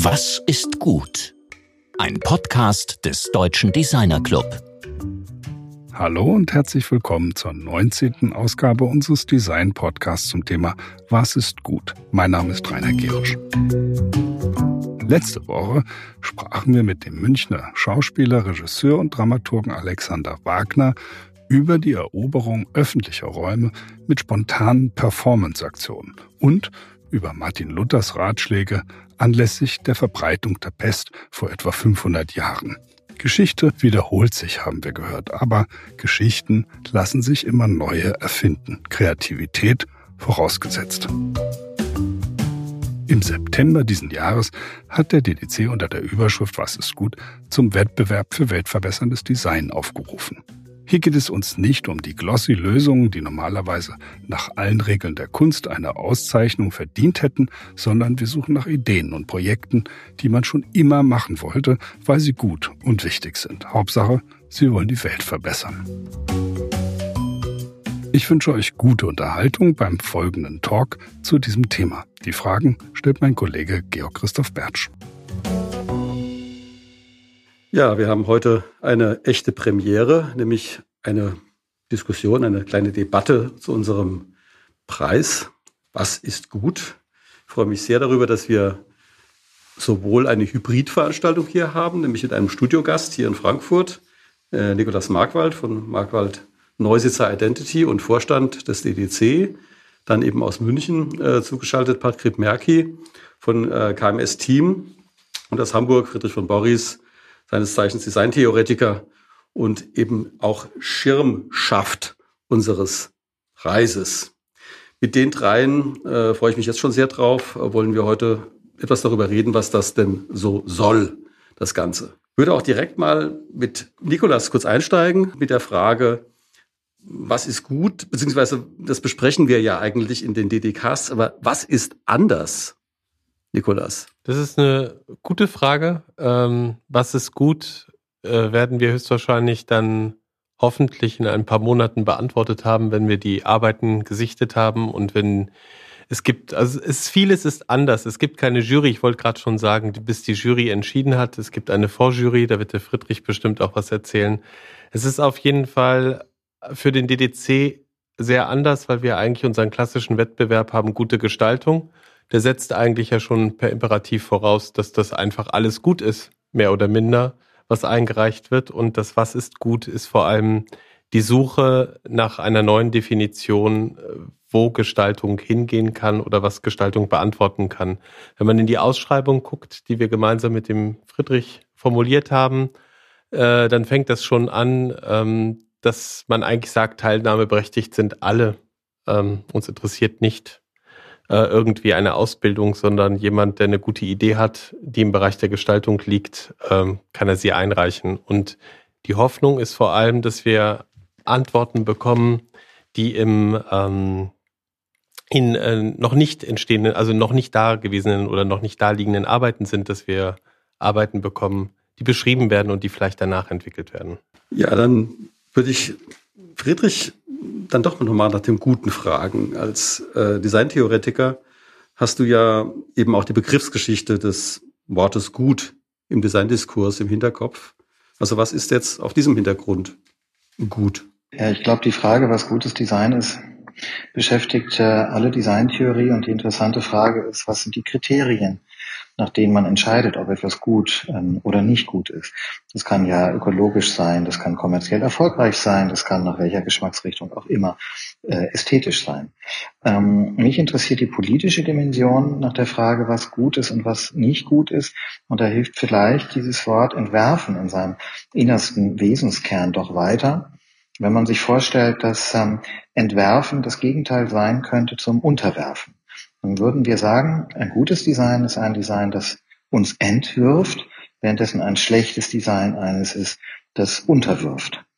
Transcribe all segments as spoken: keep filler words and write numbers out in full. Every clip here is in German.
Was ist gut? Ein Podcast des Deutschen Designer Club. Hallo und herzlich willkommen zur neunzehnten Ausgabe unseres Design-Podcasts zum Thema Was ist gut? Mein Name ist Rainer Giersch. Letzte Woche sprachen wir mit dem Münchner Schauspieler, Regisseur und Dramaturgen Alexander Wagner über die Eroberung öffentlicher Räume mit spontanen Performance-Aktionen und über Martin Luthers Ratschläge anlässlich der Verbreitung der Pest vor etwa fünfhundert Jahren. Geschichte wiederholt sich, haben wir gehört, aber Geschichten lassen sich immer neue erfinden. Kreativität vorausgesetzt. Im September diesen Jahres hat der D D C unter der Überschrift Was ist gut zum Wettbewerb für weltverbesserndes Design aufgerufen. Hier geht es uns nicht um die glossy Lösungen, die normalerweise nach allen Regeln der Kunst eine Auszeichnung verdient hätten, sondern wir suchen nach Ideen und Projekten, die man schon immer machen wollte, weil sie gut und wichtig sind. Hauptsache, sie wollen die Welt verbessern. Ich wünsche euch gute Unterhaltung beim folgenden Talk zu diesem Thema. Die Fragen stellt mein Kollege Georg Christoph Bertsch. Ja, wir haben heute eine echte Premiere, nämlich eine Diskussion, eine kleine Debatte zu unserem Preis. Was ist gut? Ich freue mich sehr darüber, dass wir sowohl eine Hybridveranstaltung hier haben, nämlich mit einem Studiogast hier in Frankfurt, äh, Nikolaus Markwald von Markwald Neusitzer Identity und Vorstand des D D C, dann eben aus München äh, zugeschaltet Patrick Merki von äh, K M S Team und aus Hamburg Friedrich von Borries, seines Zeichens Designtheoretiker und eben auch Schirmschaft unseres Preises. Mit den dreien äh, freue ich mich jetzt schon sehr drauf, äh, wollen wir heute etwas darüber reden, was das denn so soll, das Ganze. Ich würde auch direkt mal mit Nikolaus kurz einsteigen mit der Frage, was ist gut, beziehungsweise das besprechen wir ja eigentlich in den D D Ks, aber was ist anders, Nikolaus? Das ist eine gute Frage. Ähm, was ist gut, äh, werden wir höchstwahrscheinlich dann hoffentlich in ein paar Monaten beantwortet haben, wenn wir die Arbeiten gesichtet haben und wenn es gibt, also es vieles ist anders. Es gibt keine Jury, ich wollte gerade schon sagen, bis die Jury entschieden hat. Es gibt eine Vorjury, da wird der Friedrich bestimmt auch was erzählen. Es ist auf jeden Fall für den D D C sehr anders, weil wir eigentlich unseren klassischen Wettbewerb haben, gute Gestaltung. Der setzt eigentlich ja schon per Imperativ voraus, dass das einfach alles gut ist, mehr oder minder, was eingereicht wird. Und das Was ist gut ist vor allem die Suche nach einer neuen Definition, wo Gestaltung hingehen kann oder was Gestaltung beantworten kann. Wenn man in die Ausschreibung guckt, die wir gemeinsam mit dem Friedrich formuliert haben, äh, dann fängt das schon an, ähm, dass man eigentlich sagt, teilnahmeberechtigt sind alle. Ähm, uns interessiert nicht irgendwie eine Ausbildung, sondern jemand, der eine gute Idee hat, die im Bereich der Gestaltung liegt, ähm, kann er sie einreichen. Und die Hoffnung ist vor allem, dass wir Antworten bekommen, die im ähm, in äh, noch nicht entstehenden, also noch nicht da gewesenen oder noch nicht da liegenden Arbeiten sind, dass wir Arbeiten bekommen, die beschrieben werden und die vielleicht danach entwickelt werden. Ja, dann würde ich Friedrich dann doch nochmal nach dem Guten fragen. Als äh, Designtheoretiker hast du ja eben auch die Begriffsgeschichte des Wortes gut im Designdiskurs im Hinterkopf. Also was ist jetzt auf diesem Hintergrund gut? Ja, ich glaube, die Frage, was gutes Design ist, beschäftigt äh, alle Designtheorie und die interessante Frage ist, was sind die Kriterien, nach denen man entscheidet, ob etwas gut ähm, oder nicht gut ist. Das kann ja ökologisch sein, das kann kommerziell erfolgreich sein, das kann nach welcher Geschmacksrichtung auch immer äh, ästhetisch sein. Ähm, mich interessiert die politische Dimension nach der Frage, was gut ist und was nicht gut ist. Und da hilft vielleicht dieses Wort entwerfen in seinem innersten Wesenskern doch weiter. Wenn man sich vorstellt, dass ähm, Entwerfen das Gegenteil sein könnte zum Unterwerfen. Dann würden wir sagen, ein gutes Design ist ein Design, das uns entwirft, währenddessen ein schlechtes Design eines ist, das unterwirft.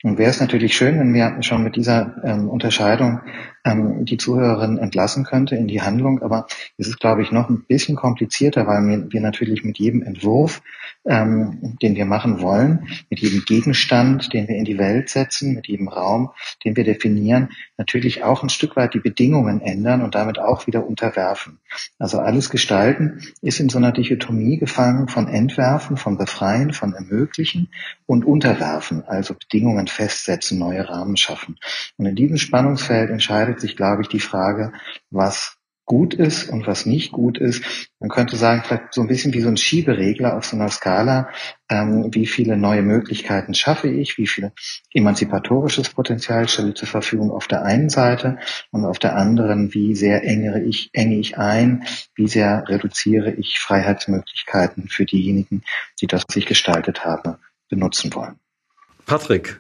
Und wäre es natürlich schön, wenn wir schon mit dieser ähm, Unterscheidung ähm, die Zuhörerin entlassen könnte in die Handlung. Aber es ist, glaube ich, noch ein bisschen komplizierter, weil wir, wir natürlich mit jedem Entwurf, ähm, den wir machen wollen, mit jedem Gegenstand, den wir in die Welt setzen, mit jedem Raum, den wir definieren, natürlich auch ein Stück weit die Bedingungen ändern und damit auch wieder unterwerfen. Also alles Gestalten ist in so einer Dichotomie gefangen von Entwerfen, von Befreien, von Ermöglichen und Unterwerfen, also Bedingungen festsetzen, neue Rahmen schaffen. Und in diesem Spannungsfeld entscheidet sich, glaube ich, die Frage, was gut ist und was nicht gut ist. Man könnte sagen, vielleicht so ein bisschen wie so ein Schieberegler auf so einer Skala, ähm, wie viele neue Möglichkeiten schaffe ich, wie viel emanzipatorisches Potenzial stelle ich zur Verfügung auf der einen Seite und auf der anderen, wie sehr engere ich, enge ich ein, wie sehr reduziere ich Freiheitsmöglichkeiten für diejenigen, die das, was ich gestaltet habe, benutzen wollen. Patrick,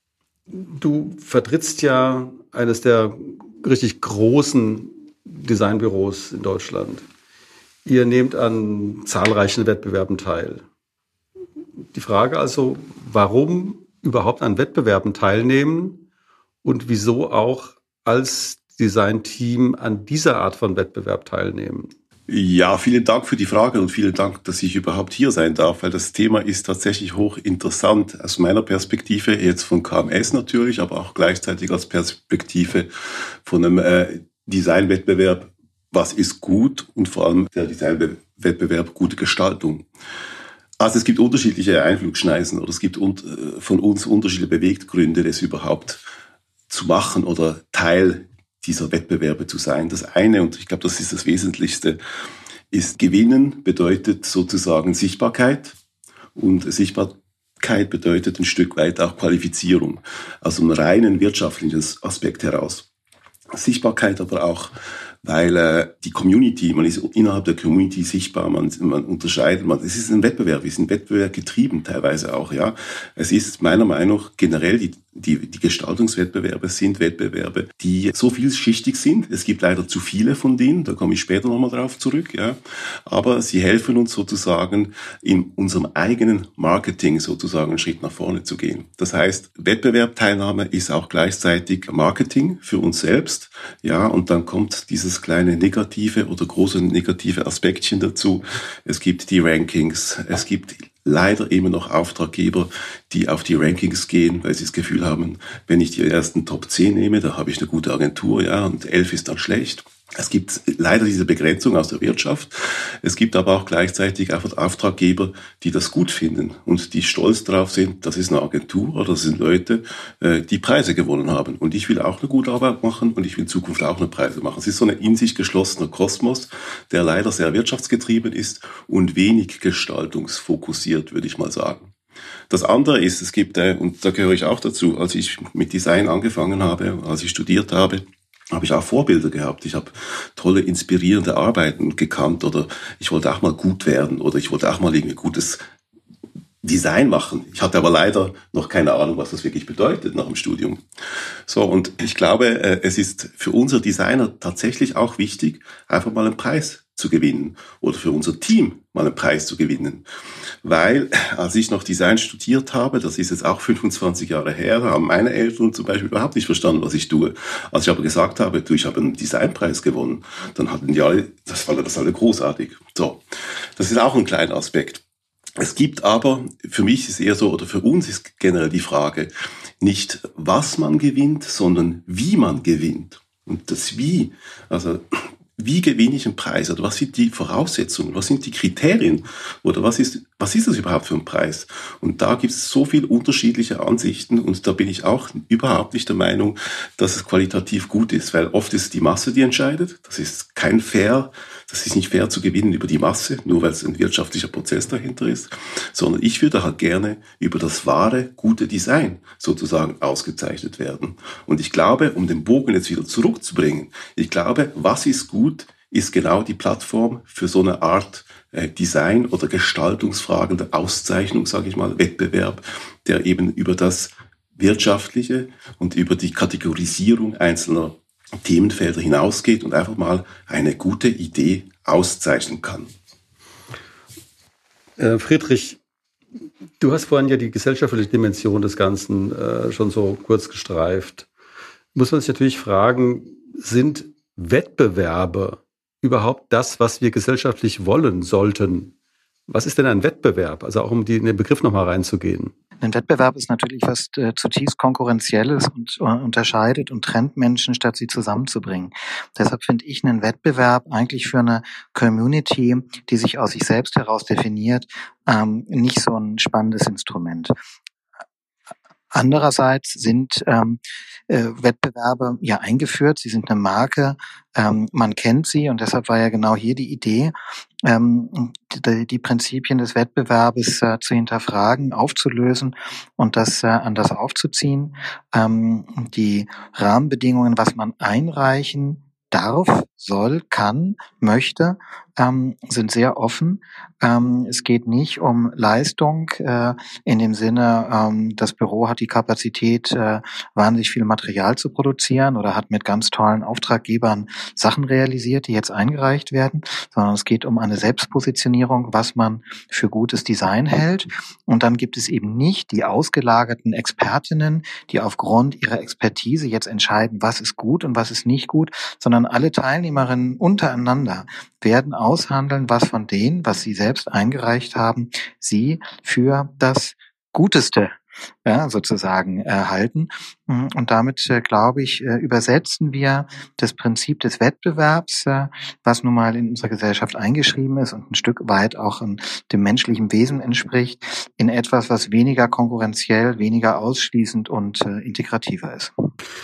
du vertrittst ja eines der richtig großen Designbüros in Deutschland. Ihr nehmt an zahlreichen Wettbewerben teil. Die Frage also, warum überhaupt an Wettbewerben teilnehmen und wieso auch als Designteam an dieser Art von Wettbewerb teilnehmen? Ja, vielen Dank für die Frage und vielen Dank, dass ich überhaupt hier sein darf, weil das Thema ist tatsächlich hochinteressant aus meiner Perspektive, jetzt von K M S natürlich, aber auch gleichzeitig als Perspektive von einem äh, Designwettbewerb, was ist gut und vor allem der Designwettbewerb gute Gestaltung. Also es gibt unterschiedliche Einflugschneisen oder es gibt un- von uns unterschiedliche Beweggründe, das überhaupt zu machen oder Teil dieser Wettbewerbe zu sein. Das eine, und ich glaube, das ist das Wesentlichste, ist Gewinnen bedeutet sozusagen Sichtbarkeit und Sichtbarkeit bedeutet ein Stück weit auch Qualifizierung, also einen reinen wirtschaftlichen Aspekt heraus. Sichtbarkeit aber auch, weil äh, die Community, man ist innerhalb der Community sichtbar, man, man unterscheidet, man, es ist ein Wettbewerb, wir sind Wettbewerb getrieben teilweise auch, ja. Es ist meiner Meinung nach generell, die, die, die Gestaltungswettbewerbe sind Wettbewerbe, die so vielschichtig sind. Es gibt leider zu viele von denen, da komme ich später nochmal drauf zurück, ja. Aber sie helfen uns sozusagen, in unserem eigenen Marketing sozusagen einen Schritt nach vorne zu gehen. Das heißt, Wettbewerbteilnahme ist auch gleichzeitig Marketing für uns selbst, ja, und dann kommt dieses kleine negative oder große negative Aspektchen dazu. Es gibt die Rankings, es gibt leider immer noch Auftraggeber, die auf die Rankings gehen, weil sie das Gefühl haben, wenn ich die ersten Top zehn nehme, da habe ich eine gute Agentur, ja, und elf ist dann schlecht. Es gibt leider diese Begrenzung aus der Wirtschaft. Es gibt aber auch gleichzeitig einfach Auftraggeber, die das gut finden und die stolz drauf sind, das ist eine Agentur oder das sind Leute, die Preise gewonnen haben. Und ich will auch eine gute Arbeit machen und ich will in Zukunft auch eine Preise machen. Es ist so ein in sich geschlossener Kosmos, der leider sehr wirtschaftsgetrieben ist und wenig gestaltungsfokussiert, würde ich mal sagen. Das andere ist, es gibt, und da gehöre ich auch dazu, als ich mit Design angefangen habe, als ich studiert habe, habe ich auch Vorbilder gehabt. Ich habe tolle, inspirierende Arbeiten gekannt oder ich wollte auch mal gut werden oder ich wollte auch mal irgendwie gutes Design machen. Ich hatte aber leider noch keine Ahnung, was das wirklich bedeutet nach dem Studium. So, und ich glaube, es ist für unsere Designer tatsächlich auch wichtig, einfach mal einen Preis zu gewinnen oder für unser Team mal einen Preis zu gewinnen. Weil, als ich noch Design studiert habe, das ist jetzt auch fünfundzwanzig Jahre her, haben meine Eltern zum Beispiel überhaupt nicht verstanden, was ich tue. Als ich aber gesagt habe, du, ich habe einen Designpreis gewonnen, dann hatten die alle, das fanden das alle großartig. So, das ist auch ein kleiner Aspekt. Es gibt aber, für mich ist eher so, oder für uns ist generell die Frage, nicht was man gewinnt, sondern wie man gewinnt. Und das Wie, also wie gewinne ich einen Preis oder was sind die Voraussetzungen, was sind die Kriterien oder was ist was ist das überhaupt für ein Preis? Und da gibt es so viele unterschiedliche Ansichten und da bin ich auch überhaupt nicht der Meinung, dass es qualitativ gut ist, weil oft ist es die Masse, die entscheidet. Das ist kein fair, das ist nicht fair zu gewinnen über die Masse, nur weil es ein wirtschaftlicher Prozess dahinter ist, sondern ich würde halt gerne über das wahre, gute Design sozusagen ausgezeichnet werden. Und ich glaube, um den Bogen jetzt wieder zurückzubringen, ich glaube, was ist gut, ist genau die Plattform für so eine Art äh, Design- oder Gestaltungsfragen der Auszeichnung, sage ich mal, Wettbewerb, der eben über das Wirtschaftliche und über die Kategorisierung einzelner Themenfelder hinausgeht und einfach mal eine gute Idee auszeichnen kann. Äh, Friedrich, Du hast vorhin ja die gesellschaftliche Dimension des Ganzen äh, schon so kurz gestreift. Muss man sich natürlich fragen, sind Wettbewerbe überhaupt das, was wir gesellschaftlich wollen sollten? Was ist denn ein Wettbewerb? Also auch um die, in den Begriff nochmal reinzugehen. Ein Wettbewerb ist natürlich was äh, zutiefst Konkurrenzielles und äh, unterscheidet und trennt Menschen, statt sie zusammenzubringen. Deshalb finde ich einen Wettbewerb eigentlich für eine Community, die sich aus sich selbst heraus definiert, ähm, nicht so ein spannendes Instrument. Andererseits sind ähm, äh, Wettbewerbe ja eingeführt, sie sind eine Marke, ähm, man kennt sie und deshalb war ja genau hier die Idee, ähm, die, die Prinzipien des Wettbewerbes äh, zu hinterfragen, aufzulösen und das äh, anders aufzuziehen. Ähm, die Rahmenbedingungen, was man einreichen darf, soll, kann, möchte, ähm, sind sehr offen. Ähm, es geht nicht um Leistung äh, in dem Sinne, ähm, das Büro hat die Kapazität, äh, wahnsinnig viel Material zu produzieren oder hat mit ganz tollen Auftraggebern Sachen realisiert, die jetzt eingereicht werden, sondern es geht um eine Selbstpositionierung, was man für gutes Design hält. Und dann gibt es eben nicht die ausgelagerten Expertinnen, die aufgrund ihrer Expertise jetzt entscheiden, was ist gut und was ist nicht gut, sondern alle Teilnehmerinnen untereinander werden aushandeln, was von denen, was sie selbst eingereicht haben, sie für das Guteste ja, sozusagen erhalten. Und damit, äh, glaube ich, äh, übersetzen wir das Prinzip des Wettbewerbs, äh, was nun mal in unserer Gesellschaft eingeschrieben ist und ein Stück weit auch in dem menschlichen Wesen entspricht, in etwas, was weniger konkurrenziell, weniger ausschließend und äh, integrativer ist.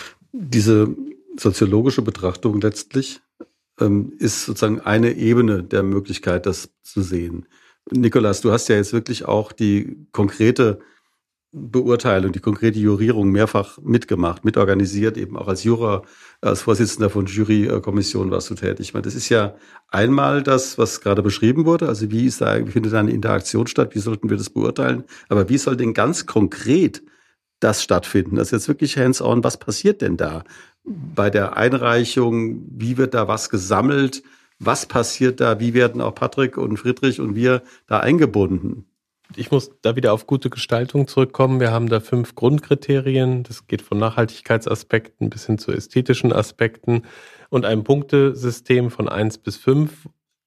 Diese soziologische Betrachtung letztlich ähm, ist sozusagen eine Ebene der Möglichkeit, das zu sehen. Nikolaus, du hast ja jetzt wirklich auch die konkrete Beurteilung, die konkrete Jurierung mehrfach mitgemacht, mitorganisiert, eben auch als Juror, als Vorsitzender von Jurykommission warst du tätig. Ich meine, das ist ja einmal das, was gerade beschrieben wurde, also wie ist da, wie findet da eine Interaktion statt, wie sollten wir das beurteilen, aber wie soll denn ganz konkret das stattfinden? Das ist jetzt wirklich hands-on, was passiert denn da bei der Einreichung, wie wird da was gesammelt, was passiert da, wie werden auch Patrick und Friedrich und wir da eingebunden? Ich muss da wieder auf gute Gestaltung zurückkommen. Wir haben da fünf Grundkriterien. Das geht von Nachhaltigkeitsaspekten bis hin zu ästhetischen Aspekten und ein Punktesystem von eins bis fünf,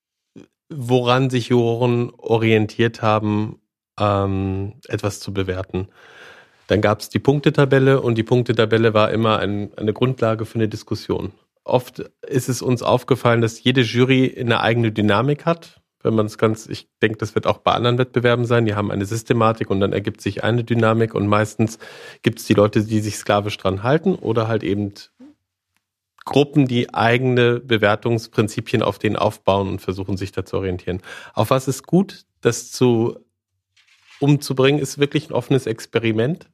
woran sich Juroren orientiert haben, ähm, etwas zu bewerten. Dann gab es die Punktetabelle und die Punktetabelle war immer ein, eine Grundlage für eine Diskussion. Oft ist es uns aufgefallen, dass jede Jury eine eigene Dynamik hat. Wenn man es ganz, ich denke, das wird auch bei anderen Wettbewerben sein, die haben eine Systematik und dann ergibt sich eine Dynamik und meistens gibt es die Leute, die sich sklavisch dran halten oder halt eben Gruppen, die eigene Bewertungsprinzipien auf denen aufbauen und versuchen, sich da zu orientieren. Auf was ist gut, das zu umzubringen, ist wirklich ein offenes Experiment.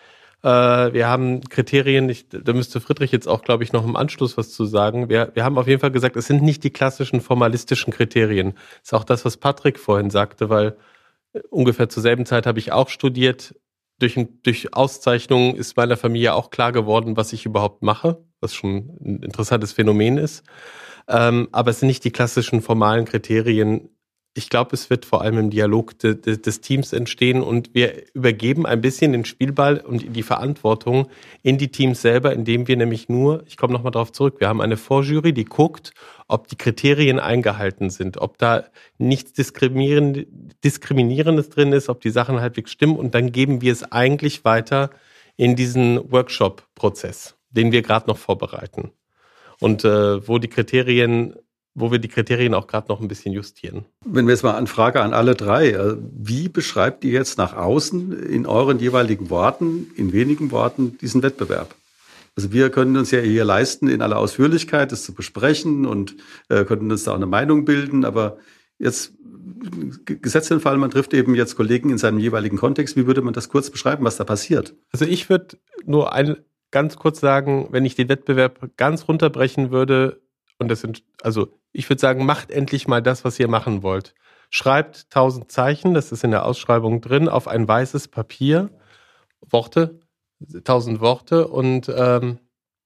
Äh, wir haben Kriterien, ich, da müsste Friedrich jetzt auch, glaube ich, noch im Anschluss was zu sagen. Wir, wir haben auf jeden Fall gesagt, es sind nicht die klassischen formalistischen Kriterien. Das ist auch das, was Patrick vorhin sagte, weil ungefähr zur selben Zeit habe ich auch studiert. Durch, durch Auszeichnungen ist meiner Familie auch klar geworden, was ich überhaupt mache, was schon ein interessantes Phänomen ist. Ähm, aber es sind nicht die klassischen formalen Kriterien. Ich glaube, es wird vor allem im Dialog de, de, des Teams entstehen und wir übergeben ein bisschen den Spielball und die Verantwortung in die Teams selber, indem wir nämlich nur, ich komme nochmal darauf zurück, wir haben eine Vorjury, die guckt, ob die Kriterien eingehalten sind, ob da nichts Diskriminierend, Diskriminierendes drin ist, ob die Sachen halbwegs stimmen und dann geben wir es eigentlich weiter in diesen Workshop-Prozess, den wir gerade noch vorbereiten und äh, wo die Kriterien wo wir die Kriterien auch gerade noch ein bisschen justieren. Wenn wir jetzt mal eine Frage an alle drei, wie beschreibt ihr jetzt nach außen in euren jeweiligen Worten, in wenigen Worten, diesen Wettbewerb? Also wir können uns ja hier leisten, in aller Ausführlichkeit das zu besprechen und äh, könnten uns da auch eine Meinung bilden, aber jetzt gesetzt den Fall, man trifft eben jetzt Kollegen in seinem jeweiligen Kontext, wie würde man das kurz beschreiben, was da passiert? Also ich würde nur ein, ganz kurz sagen, wenn ich den Wettbewerb ganz runterbrechen würde, und das sind, also ich würde sagen, macht endlich mal das, was ihr machen wollt. Schreibt tausend Zeichen, das ist in der Ausschreibung drin, auf ein weißes Papier, Worte, tausend Worte und ähm,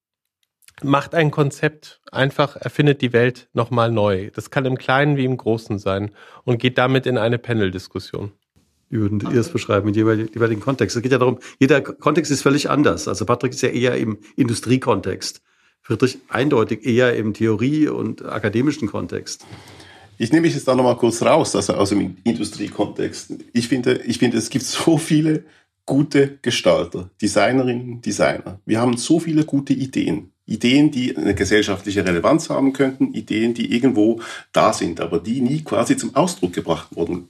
macht ein Konzept. Einfach erfindet die Welt nochmal neu. Das kann im Kleinen wie im Großen sein und geht damit in eine Panel-Diskussion. Wie würden ihr es beschreiben in jeweiligen Kontext? Es geht ja darum, jeder Kontext ist völlig anders. Also Patrick ist ja eher im Industriekontext, Friedrich eindeutig eher im Theorie- und akademischen Kontext. Ich nehme mich jetzt da nochmal kurz raus, also aus dem Industriekontext. Ich finde, ich finde, es gibt so viele gute Gestalter, Designerinnen, Designer. Wir haben so viele gute Ideen. Ideen, die eine gesellschaftliche Relevanz haben könnten, Ideen, die irgendwo da sind, aber die nie quasi zum Ausdruck gebracht worden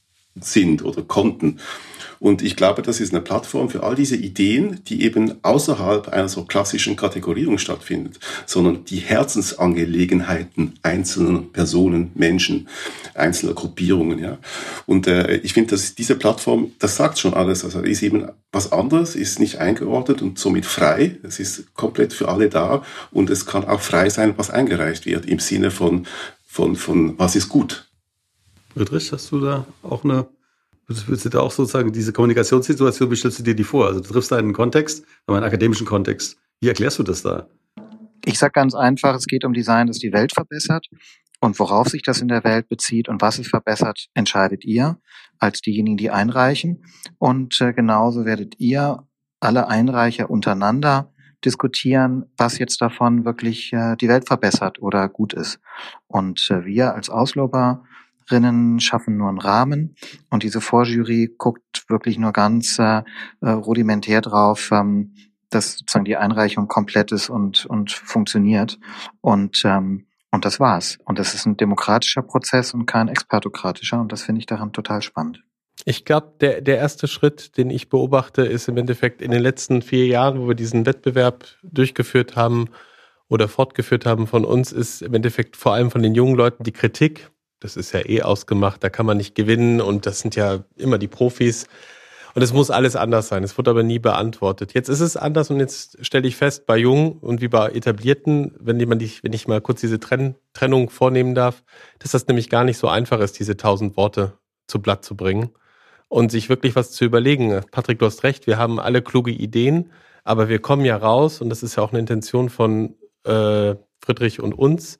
sind oder konnten. Und ich glaube, das ist eine Plattform für all diese Ideen, die eben außerhalb einer so klassischen Kategorierung stattfindet, sondern die Herzensangelegenheiten einzelner Personen, Menschen, einzelner Gruppierungen. Ja. Und äh, ich finde, dass diese Plattform, das sagt schon alles. Also ist eben was anderes, ist nicht eingeordnet und somit frei. Es ist komplett für alle da und es kann auch frei sein, was eingereicht wird im Sinne von von von was ist gut. Friedrich, hast du da auch eine Würdest du da auch sozusagen diese Kommunikationssituation, wie stellst du dir die vor? Also du triffst da einen Kontext, aber einen akademischen Kontext. Wie erklärst du das da? Ich sage ganz einfach, es geht um Design, das die Welt verbessert. Und worauf sich das in der Welt bezieht und was es verbessert, entscheidet ihr als diejenigen, die einreichen. Und äh, genauso werdet ihr, alle Einreicher untereinander, diskutieren, was jetzt davon wirklich äh, die Welt verbessert oder gut ist. Und äh, wir als Auslober schaffen nur einen Rahmen und diese Vorjury guckt wirklich nur ganz äh, rudimentär drauf, ähm, dass sozusagen die Einreichung komplett ist und und funktioniert und ähm, und das war's. Und das ist ein demokratischer Prozess und kein expertokratischer und das finde ich daran total spannend. Ich glaube, der der erste Schritt, den ich beobachte, ist im Endeffekt in den letzten vier Jahren, wo wir diesen Wettbewerb durchgeführt haben oder fortgeführt haben von uns, ist im Endeffekt vor allem von den jungen Leuten die Kritik. Das ist ja eh ausgemacht, da kann man nicht gewinnen und das sind ja immer die Profis. Und es muss alles anders sein, es wird aber nie beantwortet. Jetzt ist es anders und jetzt stelle ich fest, bei Jungen und wie bei Etablierten, wenn jemand, wenn ich mal kurz diese Trenn, Trennung vornehmen darf, dass das nämlich gar nicht so einfach ist, diese tausend Worte zu Blatt zu bringen und sich wirklich was zu überlegen. Patrick, du hast recht, wir haben alle kluge Ideen, aber wir kommen ja raus, und das ist ja auch eine Intention von äh, Friedrich und uns,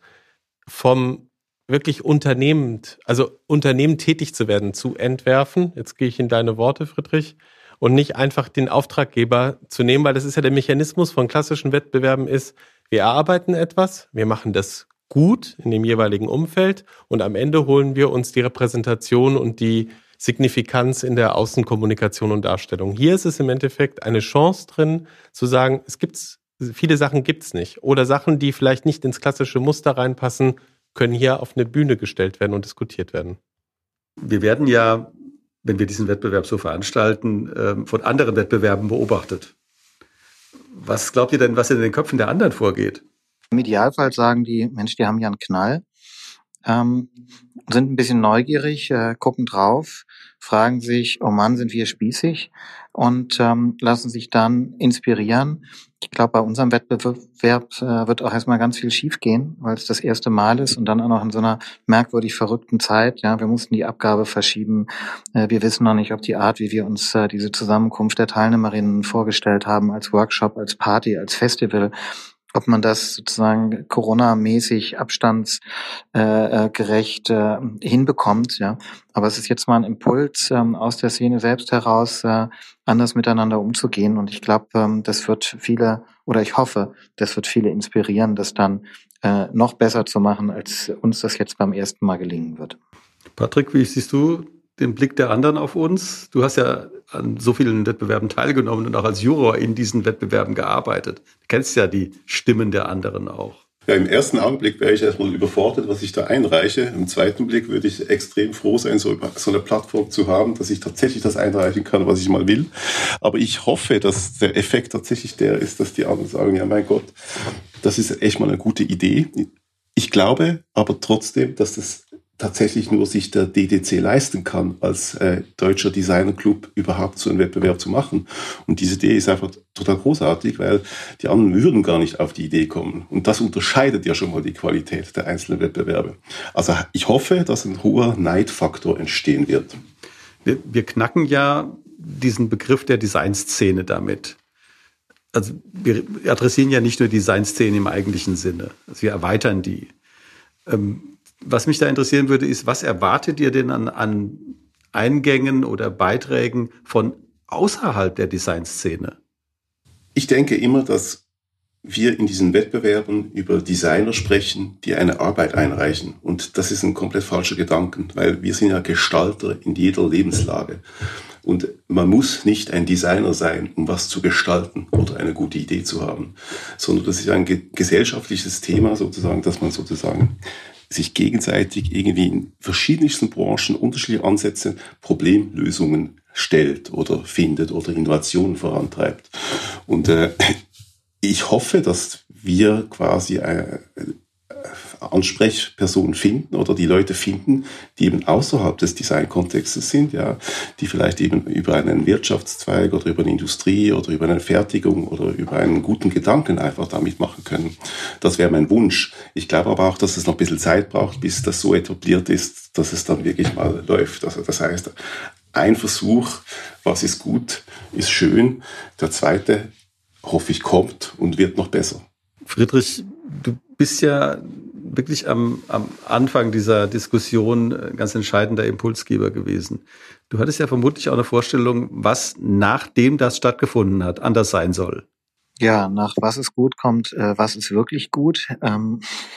vom wirklich unternehmend, also unternehmend tätig zu werden, zu entwerfen. Jetzt gehe ich in deine Worte, Friedrich, und nicht einfach den Auftraggeber zu nehmen, weil das ist ja der Mechanismus von klassischen Wettbewerben ist, wir erarbeiten etwas, wir machen das gut in dem jeweiligen Umfeld und am Ende holen wir uns die Repräsentation und die Signifikanz in der Außenkommunikation und Darstellung. Hier ist es im Endeffekt eine Chance drin, zu sagen, es gibt viele Sachen gibt's nicht oder Sachen, die vielleicht nicht ins klassische Muster reinpassen, können hier auf eine Bühne gestellt werden und diskutiert werden. Wir werden ja, wenn wir diesen Wettbewerb so veranstalten, von anderen Wettbewerben beobachtet. Was glaubt ihr denn, was in den Köpfen der anderen vorgeht? Im Idealfall sagen die, Mensch, die haben ja einen Knall, ähm, sind ein bisschen neugierig, äh, gucken drauf, fragen sich, oh Mann, sind wir spießig und ähm, lassen sich dann inspirieren. Ich glaube, bei unserem Wettbewerb äh, wird auch erstmal ganz viel schiefgehen, weil es das erste Mal ist und dann auch noch in so einer merkwürdig verrückten Zeit. Ja, wir mussten die Abgabe verschieben. Äh, wir wissen noch nicht, ob die Art, wie wir uns äh, diese Zusammenkunft der Teilnehmerinnen vorgestellt haben, als Workshop, als Party, als Festival, ob man das sozusagen Corona-mäßig abstandsgerecht äh, äh, hinbekommt, ja. Aber es ist jetzt mal ein Impuls ähm, aus der Szene selbst heraus, äh, anders miteinander umzugehen. Und ich glaube, ähm, das wird viele, oder ich hoffe, das wird viele inspirieren, das dann äh, noch besser zu machen, als uns das jetzt beim ersten Mal gelingen wird. Patrick, wie siehst du den Blick der anderen auf uns? Du hast ja an so vielen Wettbewerben teilgenommen und auch als Juror in diesen Wettbewerben gearbeitet. Du kennst ja die Stimmen der anderen auch. Ja, im ersten Augenblick wäre ich erstmal überfordert, was ich da einreiche. Im zweiten Blick würde ich extrem froh sein, so, so eine Plattform zu haben, dass ich tatsächlich das einreichen kann, was ich mal will. Aber ich hoffe, dass der Effekt tatsächlich der ist, dass die anderen sagen, ja mein Gott, das ist echt mal eine gute Idee. Ich glaube aber trotzdem, dass das tatsächlich nur sich der D D C leisten kann, als äh, deutscher Designerclub überhaupt so einen Wettbewerb zu machen. Und diese Idee ist einfach total großartig, weil die anderen würden gar nicht auf die Idee kommen. Und das unterscheidet ja schon mal die Qualität der einzelnen Wettbewerbe. Also ich hoffe, dass ein hoher Neidfaktor entstehen wird. Wir, wir knacken ja diesen Begriff der Designszene damit. Also wir adressieren ja nicht nur die Designszene im eigentlichen Sinne. Also wir erweitern die. Ähm, Was mich da interessieren würde, ist, was erwartet ihr denn an, an Eingängen oder Beiträgen von außerhalb der Designszene? Ich denke immer, dass wir in diesen Wettbewerben über Designer sprechen, die eine Arbeit einreichen. Und das ist ein komplett falscher Gedanke, weil wir sind ja Gestalter in jeder Lebenslage. Und man muss nicht ein Designer sein, um was zu gestalten oder eine gute Idee zu haben, sondern das ist ein ge- gesellschaftliches Thema sozusagen, dass man sozusagen sich gegenseitig irgendwie in verschiedensten Branchen unterschiedliche Ansätze, Problemlösungen stellt oder findet oder Innovationen vorantreibt. Und äh, ich hoffe, dass wir quasi eine Ansprechpersonen finden oder die Leute finden, die eben außerhalb des Designkontextes sind, ja, die vielleicht eben über einen Wirtschaftszweig oder über eine Industrie oder über eine Fertigung oder über einen guten Gedanken einfach damit machen können. Das wäre mein Wunsch. Ich glaube aber auch, dass es noch ein bisschen Zeit braucht, bis das so etabliert ist, dass es dann wirklich mal läuft. Also das heißt, ein Versuch, was ist gut, ist schön. Der zweite, hoffe ich, kommt und wird noch besser. Friedrich, du bist ja wirklich am, am Anfang dieser Diskussion ein ganz entscheidender Impulsgeber gewesen. Du hattest ja vermutlich auch eine Vorstellung, was nachdem das stattgefunden hat, anders sein soll. Ja, nach was ist gut kommt, äh, was ist wirklich gut. Ähm,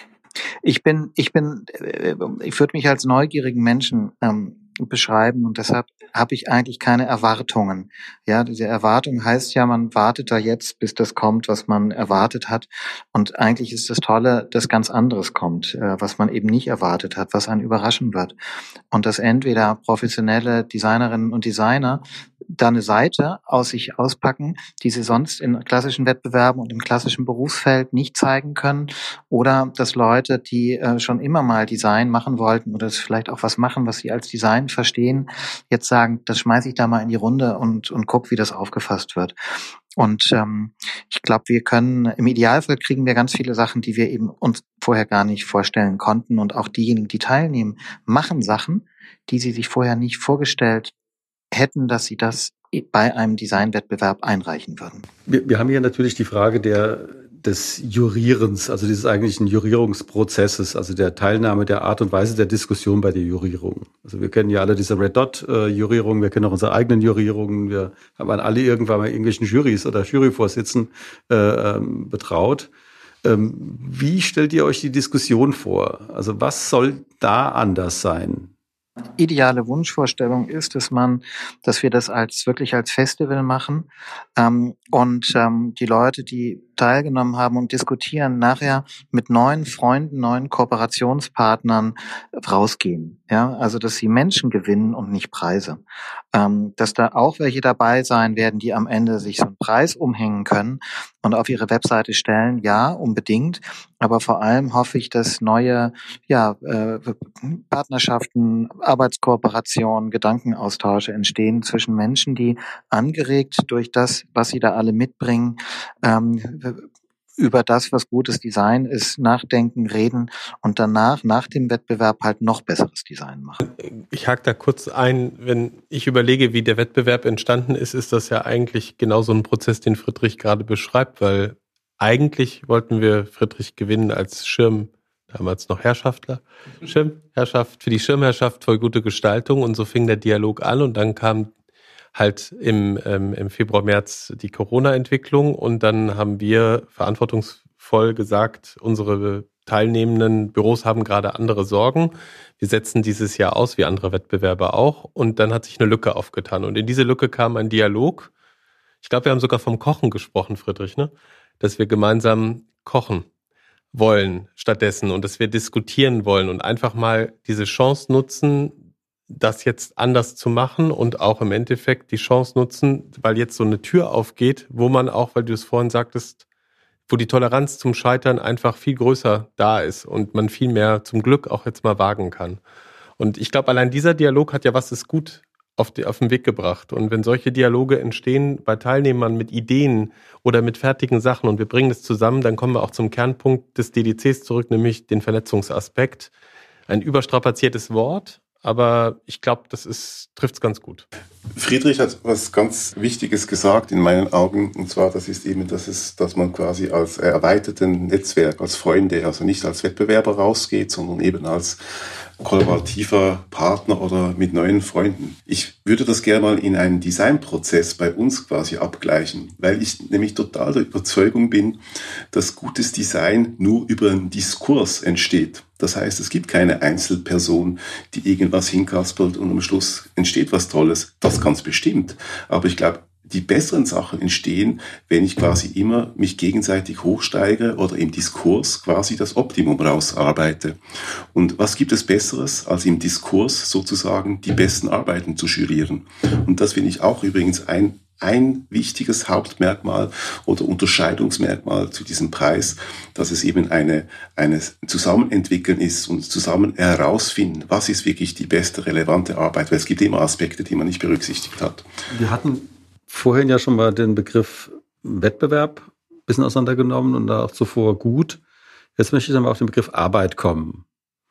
ich bin, ich bin, äh, ich würde mich als neugierigen Menschen ähm, beschreiben und deshalb habe ich eigentlich keine Erwartungen. Ja, diese Erwartung heißt ja, man wartet da jetzt, bis das kommt, was man erwartet hat. Und eigentlich ist das Tolle, dass ganz anderes kommt, äh, was man eben nicht erwartet hat, was einen überraschen wird. Und dass entweder professionelle Designerinnen und Designer da eine Seite aus sich auspacken, die sie sonst in klassischen Wettbewerben und im klassischen Berufsfeld nicht zeigen können, oder dass Leute, die äh, schon immer mal Design machen wollten oder vielleicht auch was machen, was sie als Design verstehen, jetzt sagen, das schmeiße ich da mal in die Runde und und guck, wie das aufgefasst wird. Und ähm, ich glaube, wir können, im Idealfall kriegen wir ganz viele Sachen, die wir eben uns vorher gar nicht vorstellen konnten. Und auch diejenigen, die teilnehmen, machen Sachen, die sie sich vorher nicht vorgestellt hätten, dass sie das bei einem Designwettbewerb einreichen würden. Wir, wir haben hier natürlich die Frage der, des Jurierens, also dieses eigentlichen Jurierungsprozesses, also der Teilnahme, der Art und Weise der Diskussion bei der Jurierung. Also wir kennen ja alle diese Red Dot-Jurierungen, wir kennen auch unsere eigenen Jurierungen, wir haben alle irgendwann mal irgendwelchen Jurys oder Juryvorsitzen äh, ähm, betraut. Ähm, wie stellt ihr euch die Diskussion vor? Also was soll da anders sein? Ideale Wunschvorstellung ist, dass man, dass wir das als wirklich als Festival machen ähm, und ähm, die Leute, die teilgenommen haben und diskutieren, nachher mit neuen Freunden, neuen Kooperationspartnern rausgehen. Ja, also dass sie Menschen gewinnen und nicht Preise. Ähm, dass da auch welche dabei sein werden, die am Ende sich so einen Preis umhängen können und auf ihre Webseite stellen. Ja, unbedingt. Aber vor allem hoffe ich, dass neue ja, äh, Partnerschaften, Arbeitskooperationen, Gedankenaustausche entstehen zwischen Menschen, die angeregt durch das, was sie da alle mitbringen, ähm, über das, was gutes Design ist, nachdenken, reden und danach, nach dem Wettbewerb halt noch besseres Design machen. Ich hake da kurz ein, wenn ich überlege, wie der Wettbewerb entstanden ist, ist das ja eigentlich genau so ein Prozess, den Friedrich gerade beschreibt, weil eigentlich wollten wir Friedrich gewinnen als Schirm, damals noch Herrschaftler, Schirmherrschaft, für die Schirmherrschaft für gute Gestaltung, und so fing der Dialog an und dann kam halt im, ähm, im Februar, März die Corona-Entwicklung und dann haben wir verantwortungsvoll gesagt, unsere teilnehmenden Büros haben gerade andere Sorgen. Wir setzen dieses Jahr aus, wie andere Wettbewerber auch, und dann hat sich eine Lücke aufgetan und in diese Lücke kam ein Dialog. Ich glaube, wir haben sogar vom Kochen gesprochen, Friedrich, ne? Dass wir gemeinsam kochen wollen stattdessen und dass wir diskutieren wollen und einfach mal diese Chance nutzen, das jetzt anders zu machen und auch im Endeffekt die Chance nutzen, weil jetzt so eine Tür aufgeht, wo man auch, weil du es vorhin sagtest, wo die Toleranz zum Scheitern einfach viel größer da ist und man viel mehr zum Glück auch jetzt mal wagen kann. Und ich glaube, allein dieser Dialog hat ja was ist gut auf, die, auf den Weg gebracht. Und wenn solche Dialoge entstehen bei Teilnehmern mit Ideen oder mit fertigen Sachen und wir bringen das zusammen, dann kommen wir auch zum Kernpunkt des D D Cs zurück, nämlich den Vernetzungsaspekt. Ein überstrapaziertes Wort, aber ich glaube, das ist trifft es ganz gut. Friedrich hat was ganz Wichtiges gesagt in meinen Augen, und zwar, das ist eben, dass es, dass man quasi als erweiterten Netzwerk, als Freunde, also nicht als Wettbewerber rausgeht, sondern eben als kollaborativer Partner oder mit neuen Freunden. Ich würde das gerne mal in einen Designprozess bei uns quasi abgleichen, weil ich nämlich total der Überzeugung bin, dass gutes Design nur über einen Diskurs entsteht. Das heißt, es gibt keine Einzelperson, die irgendwas hinkaspelt und am Schluss entsteht was Tolles. Das ganz bestimmt. Aber ich glaube, die besseren Sachen entstehen, wenn ich quasi immer mich gegenseitig hochsteigere oder im Diskurs quasi das Optimum rausarbeite. Und was gibt es Besseres, als im Diskurs sozusagen die besten Arbeiten zu jurieren? Und das finde ich auch übrigens ein ein wichtiges Hauptmerkmal oder Unterscheidungsmerkmal zu diesem Preis, dass es eben eine, eine Zusammenentwickeln ist und zusammen herausfinden, was ist wirklich die beste relevante Arbeit, weil es gibt immer Aspekte, die man nicht berücksichtigt hat. Wir hatten vorhin ja schon mal den Begriff Wettbewerb ein bisschen auseinandergenommen und auch zuvor gut. Jetzt möchte ich dann mal auf den Begriff Arbeit kommen.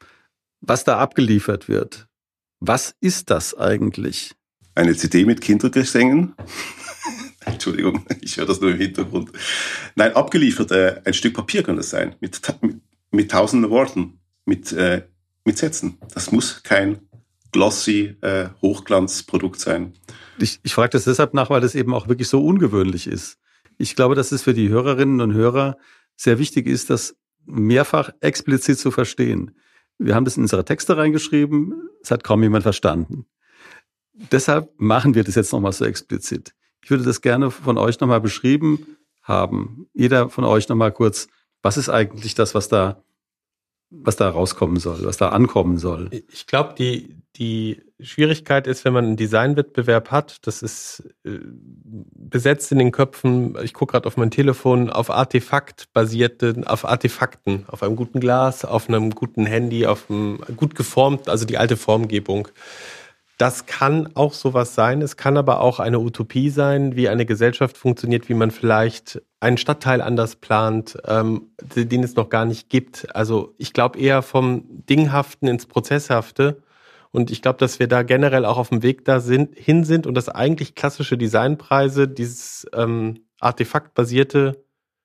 Was da abgeliefert wird, was ist das eigentlich? Eine C D mit Kindergesängen. Entschuldigung, ich höre das nur im Hintergrund. Nein, abgeliefert, äh, ein Stück Papier kann das sein, mit, mit, mit tausenden Worten, mit, äh, mit Sätzen. Das muss kein glossy äh, Hochglanzprodukt sein. Ich, ich frage das deshalb nach, weil das eben auch wirklich so ungewöhnlich ist. Ich glaube, dass es für die Hörerinnen und Hörer sehr wichtig ist, das mehrfach explizit zu verstehen. Wir haben das in unsere Texte reingeschrieben, es hat kaum jemand verstanden. Deshalb machen wir das jetzt nochmal so explizit. Ich würde das gerne von euch nochmal beschrieben haben. Jeder von euch nochmal kurz, was ist eigentlich das, was da, was da rauskommen soll, was da ankommen soll? Ich glaube, die, die Schwierigkeit ist, wenn man einen Designwettbewerb hat, das ist äh, besetzt in den Köpfen, ich gucke gerade auf mein Telefon, auf Artefakt-basierte, auf Artefakten, auf einem guten Glas, auf einem guten Handy, auf einem gut geformt, also die alte Formgebung. Das kann auch sowas sein. Es kann aber auch eine Utopie sein, wie eine Gesellschaft funktioniert, wie man vielleicht einen Stadtteil anders plant, ähm, den es noch gar nicht gibt. Also ich glaube eher vom Dinghaften ins Prozesshafte. Und ich glaube, dass wir da generell auch auf dem Weg da sind, hin sind und dass eigentlich klassische Designpreise dieses ähm, artefaktbasierte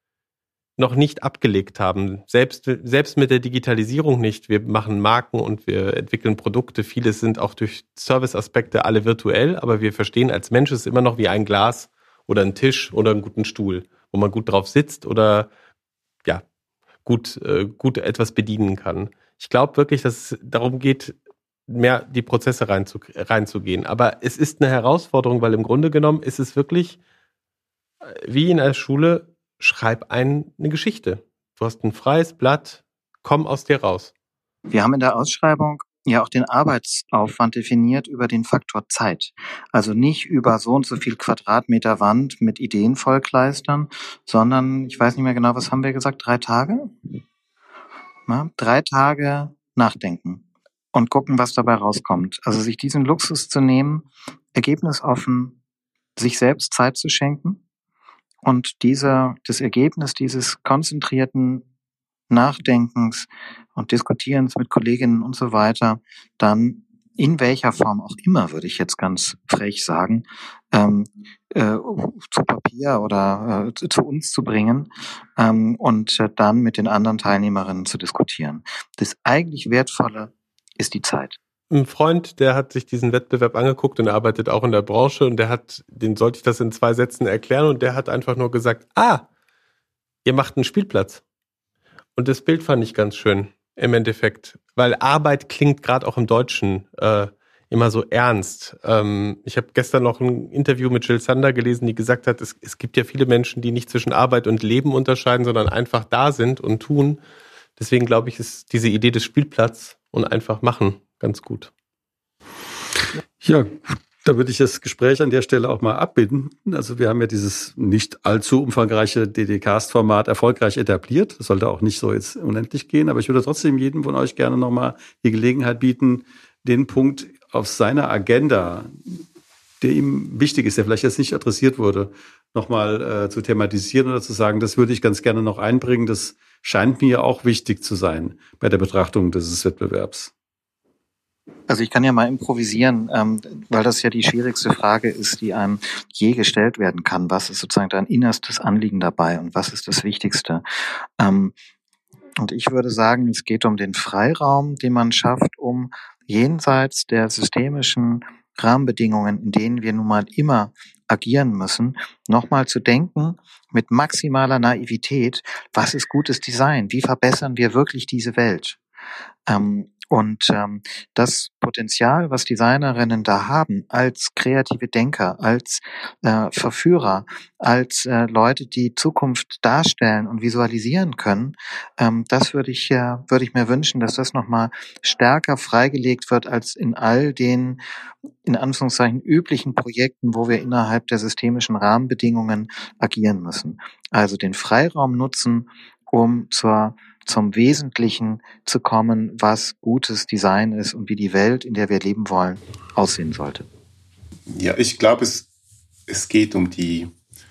noch nicht abgelegt haben. Selbst, selbst mit der Digitalisierung nicht. Wir machen Marken und wir entwickeln Produkte. Viele sind auch durch Serviceaspekte alle virtuell, aber wir verstehen als Mensch es immer noch wie ein Glas oder ein Tisch oder einen guten Stuhl, wo man gut drauf sitzt oder ja gut, äh, gut etwas bedienen kann. Ich glaube wirklich, dass es darum geht, mehr die Prozesse reinzu, reinzugehen. Aber es ist eine Herausforderung, weil im Grunde genommen ist es wirklich wie in der Schule, schreib ein, eine Geschichte. Du hast ein freies Blatt, komm aus dir raus. Wir haben in der Ausschreibung ja auch den Arbeitsaufwand definiert über den Faktor Zeit. Also nicht über so und so viel Quadratmeter Wand mit Ideenvollkleistern, sondern, ich weiß nicht mehr genau, was haben wir gesagt, drei Tage? Na, drei Tage nachdenken und gucken, was dabei rauskommt. Also sich diesen Luxus zu nehmen, ergebnisoffen, sich selbst Zeit zu schenken. Und dieser, das Ergebnis dieses konzentrierten Nachdenkens und Diskutierens mit Kolleginnen und so weiter, dann in welcher Form auch immer, würde ich jetzt ganz frech sagen, ähm, äh, zu Papier oder äh, zu uns zu bringen ähm, und äh, dann mit den anderen Teilnehmerinnen zu diskutieren. Das eigentlich Wertvolle ist die Zeit. Ein Freund, der hat sich diesen Wettbewerb angeguckt und er arbeitet auch in der Branche und der hat, den sollte ich das in zwei Sätzen erklären und der hat einfach nur gesagt, ah, ihr macht einen Spielplatz. Und das Bild fand ich ganz schön im Endeffekt, weil Arbeit klingt gerade auch im Deutschen äh, immer so ernst. Ähm, ich habe gestern noch ein Interview mit Jill Sander gelesen, die gesagt hat, es, es gibt ja viele Menschen, die nicht zwischen Arbeit und Leben unterscheiden, sondern einfach da sind und tun. Deswegen glaube ich, ist diese Idee des Spielplatzes und einfach machen ganz gut. Ja, da würde ich das Gespräch an der Stelle auch mal abbinden. Also wir haben ja dieses nicht allzu umfangreiche D D-Cast-Format erfolgreich etabliert. Das sollte auch nicht so jetzt unendlich gehen, aber ich würde trotzdem jedem von euch gerne nochmal die Gelegenheit bieten, den Punkt auf seiner Agenda, der ihm wichtig ist, der vielleicht jetzt nicht adressiert wurde, nochmal äh, zu thematisieren oder zu sagen, das würde ich ganz gerne noch einbringen. Das scheint mir auch wichtig zu sein bei der Betrachtung dieses Wettbewerbs. Also ich kann ja mal improvisieren, ähm, weil das ja die schwierigste Frage ist, die einem je gestellt werden kann. Was ist sozusagen dein innerstes Anliegen dabei und was ist das Wichtigste? Ähm, und ich würde sagen, es geht um den Freiraum, den man schafft, um jenseits der systemischen Rahmenbedingungen, in denen wir nun mal immer agieren müssen, nochmal zu denken mit maximaler Naivität, was ist gutes Design? Wie verbessern wir wirklich diese Welt? Ähm, Und ähm, das Potenzial, was Designerinnen da haben, als kreative Denker, als äh, Verführer, als äh, Leute, die Zukunft darstellen und visualisieren können, ähm, das würde ich, äh, würde ich mir wünschen, dass das nochmal stärker freigelegt wird als in all den, in Anführungszeichen, üblichen Projekten, wo wir innerhalb der systemischen Rahmenbedingungen agieren müssen. Also den Freiraum nutzen, um zur zum Wesentlichen zu kommen, was gutes Design ist und wie die Welt, in der wir leben wollen, aussehen sollte. Ja, ich glaube, es, es geht um die,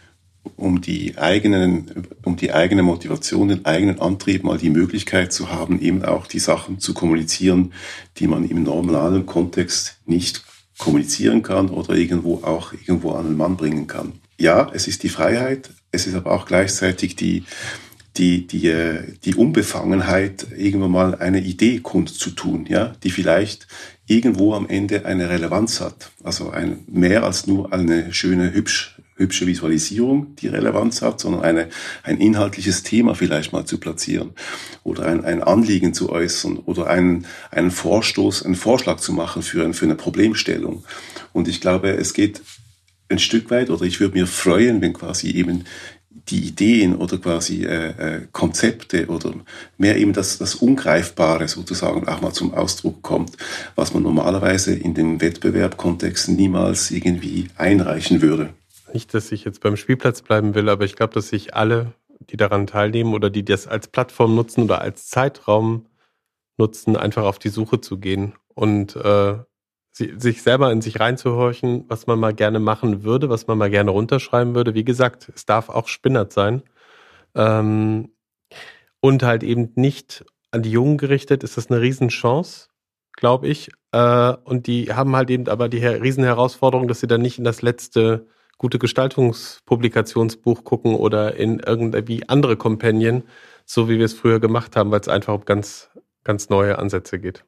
um die eigenen, um die eigene Motivation, den eigenen Antrieb, mal die Möglichkeit zu haben, eben auch die Sachen zu kommunizieren, die man im normalen Kontext nicht kommunizieren kann oder irgendwo auch irgendwo an den Mann bringen kann. Ja, es ist die Freiheit, es ist aber auch gleichzeitig die die, die, die Unbefangenheit, irgendwann mal eine Idee kundzutun, ja, die vielleicht irgendwo am Ende eine Relevanz hat. Also ein, mehr als nur eine schöne, hübsch, hübsche Visualisierung, die Relevanz hat, sondern eine, ein inhaltliches Thema vielleicht mal zu platzieren oder ein, ein Anliegen zu äußern oder einen, einen Vorstoß, einen Vorschlag zu machen für, ein, für eine Problemstellung. Und ich glaube, es geht ein Stück weit, oder ich würde mir freuen, wenn quasi eben die Ideen oder quasi äh, äh, Konzepte oder mehr eben das, das Ungreifbare sozusagen auch mal zum Ausdruck kommt, was man normalerweise in dem Wettbewerbkontext niemals irgendwie einreichen würde. Nicht, dass ich jetzt beim Spielplatz bleiben will, aber ich glaube, dass sich alle, die daran teilnehmen oder die das als Plattform nutzen oder als Zeitraum nutzen, einfach auf die Suche zu gehen und äh, sich selber in sich reinzuhorchen, was man mal gerne machen würde, was man mal gerne runterschreiben würde. Wie gesagt, es darf auch spinnert sein. Ähm, und halt eben nicht an die Jungen gerichtet, ist das eine Riesenchance, glaube ich. Äh, und die haben halt eben aber die Riesenherausforderung, dass sie dann nicht in das letzte gute Gestaltungspublikationsbuch gucken oder in irgendwie andere Companion, so wie wir es früher gemacht haben, weil es einfach um ganz, ganz neue Ansätze geht.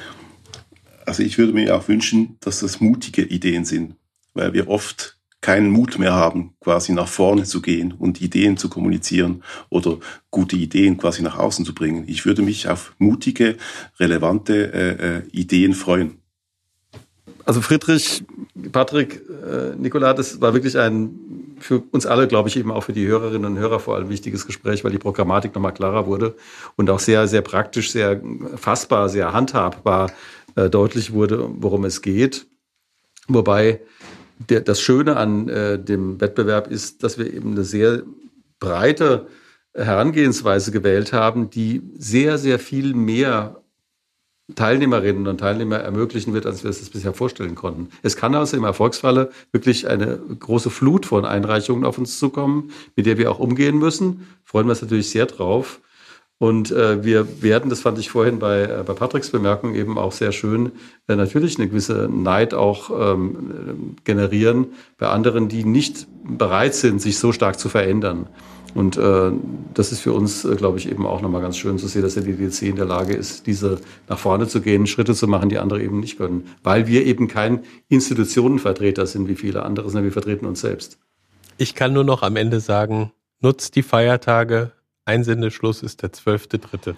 Also ich würde mir auch wünschen, dass das mutige Ideen sind, weil wir oft keinen Mut mehr haben, quasi nach vorne zu gehen und Ideen zu kommunizieren oder gute Ideen quasi nach außen zu bringen. Ich würde mich auf mutige, relevante äh, Ideen freuen. Also Friedrich, Patrick, äh, Nicola, das war wirklich ein für uns alle, glaube ich, eben auch für die Hörerinnen und Hörer vor allem wichtiges Gespräch, weil die Programmatik nochmal klarer wurde und auch sehr, sehr praktisch, sehr fassbar, sehr handhabbar äh, deutlich wurde, worum es geht. Wobei der, das Schöne an äh, dem Wettbewerb ist, dass wir eben eine sehr breite Herangehensweise gewählt haben, die sehr, sehr viel mehr Teilnehmerinnen und Teilnehmer ermöglichen wird, als wir es das bisher vorstellen konnten. Es kann also im Erfolgsfalle wirklich eine große Flut von Einreichungen auf uns zukommen, mit der wir auch umgehen müssen. Freuen wir uns natürlich sehr drauf. Und äh, wir werden, das fand ich vorhin bei, äh, bei Patricks Bemerkung eben auch sehr schön, äh, natürlich eine gewisse Neid auch ähm, generieren bei anderen, die nicht bereit sind, sich so stark zu verändern. Und äh, das ist für uns, äh, glaube ich, eben auch nochmal ganz schön zu sehen, dass der D D C in der Lage ist, diese nach vorne zu gehen, Schritte zu machen, die andere eben nicht können. Weil wir eben kein Institutionenvertreter sind, wie viele andere, sondern wir vertreten uns selbst. Ich kann nur noch am Ende sagen, nutzt die Feiertage. Einsendeschluss ist der zwölfte dritte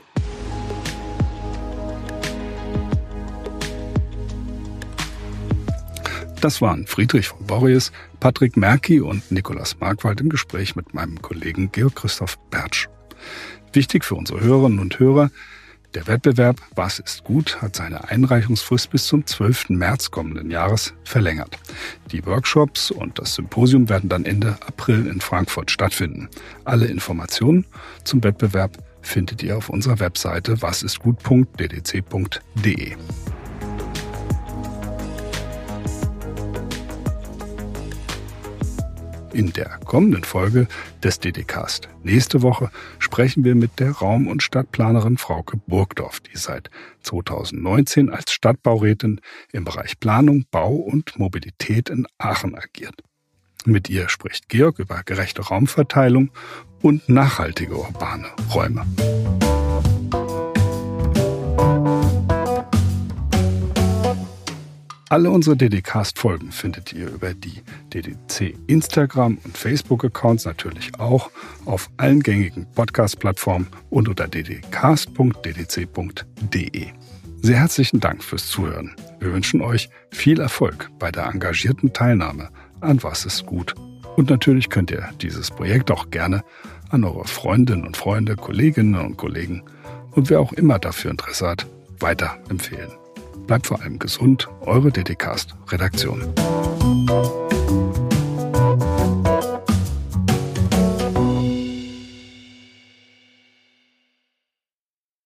Das waren Friedrich von Borries, Patrick Merki und Nikolaus Markwald im Gespräch mit meinem Kollegen Georg Christoph Bertsch. Wichtig für unsere Hörerinnen und Hörer, der Wettbewerb Was ist gut hat seine Einreichungsfrist bis zum zwölften März kommenden Jahres verlängert. Die Workshops und das Symposium werden dann Ende April in Frankfurt stattfinden. Alle Informationen zum Wettbewerb findet ihr auf unserer Webseite wasistgut punkt d d c punkt d e. In der kommenden Folge des D D-Cast nächste Woche sprechen sprechen wir mit der Raum- und Stadtplanerin Frauke Burgdorf, die seit zweitausendneunzehn als Stadtbaurätin im Bereich Planung, Bau und Mobilität in Aachen agiert. Mit ihr spricht Georg über gerechte Raumverteilung und nachhaltige urbane Räume. Alle unsere D D Cast-Folgen findet ihr über die D D C Instagram- und Facebook-Accounts, natürlich auch auf allen gängigen Podcast-Plattformen und unter d d cast punkt d d c punkt d e. Sehr herzlichen Dank fürs Zuhören. Wir wünschen euch viel Erfolg bei der engagierten Teilnahme an Was ist gut. Und natürlich könnt ihr dieses Projekt auch gerne an eure Freundinnen und Freunde, Kolleginnen und Kollegen und wer auch immer dafür Interesse hat, weiterempfehlen. Bleibt vor allem gesund, eure D D Cast Redaktion.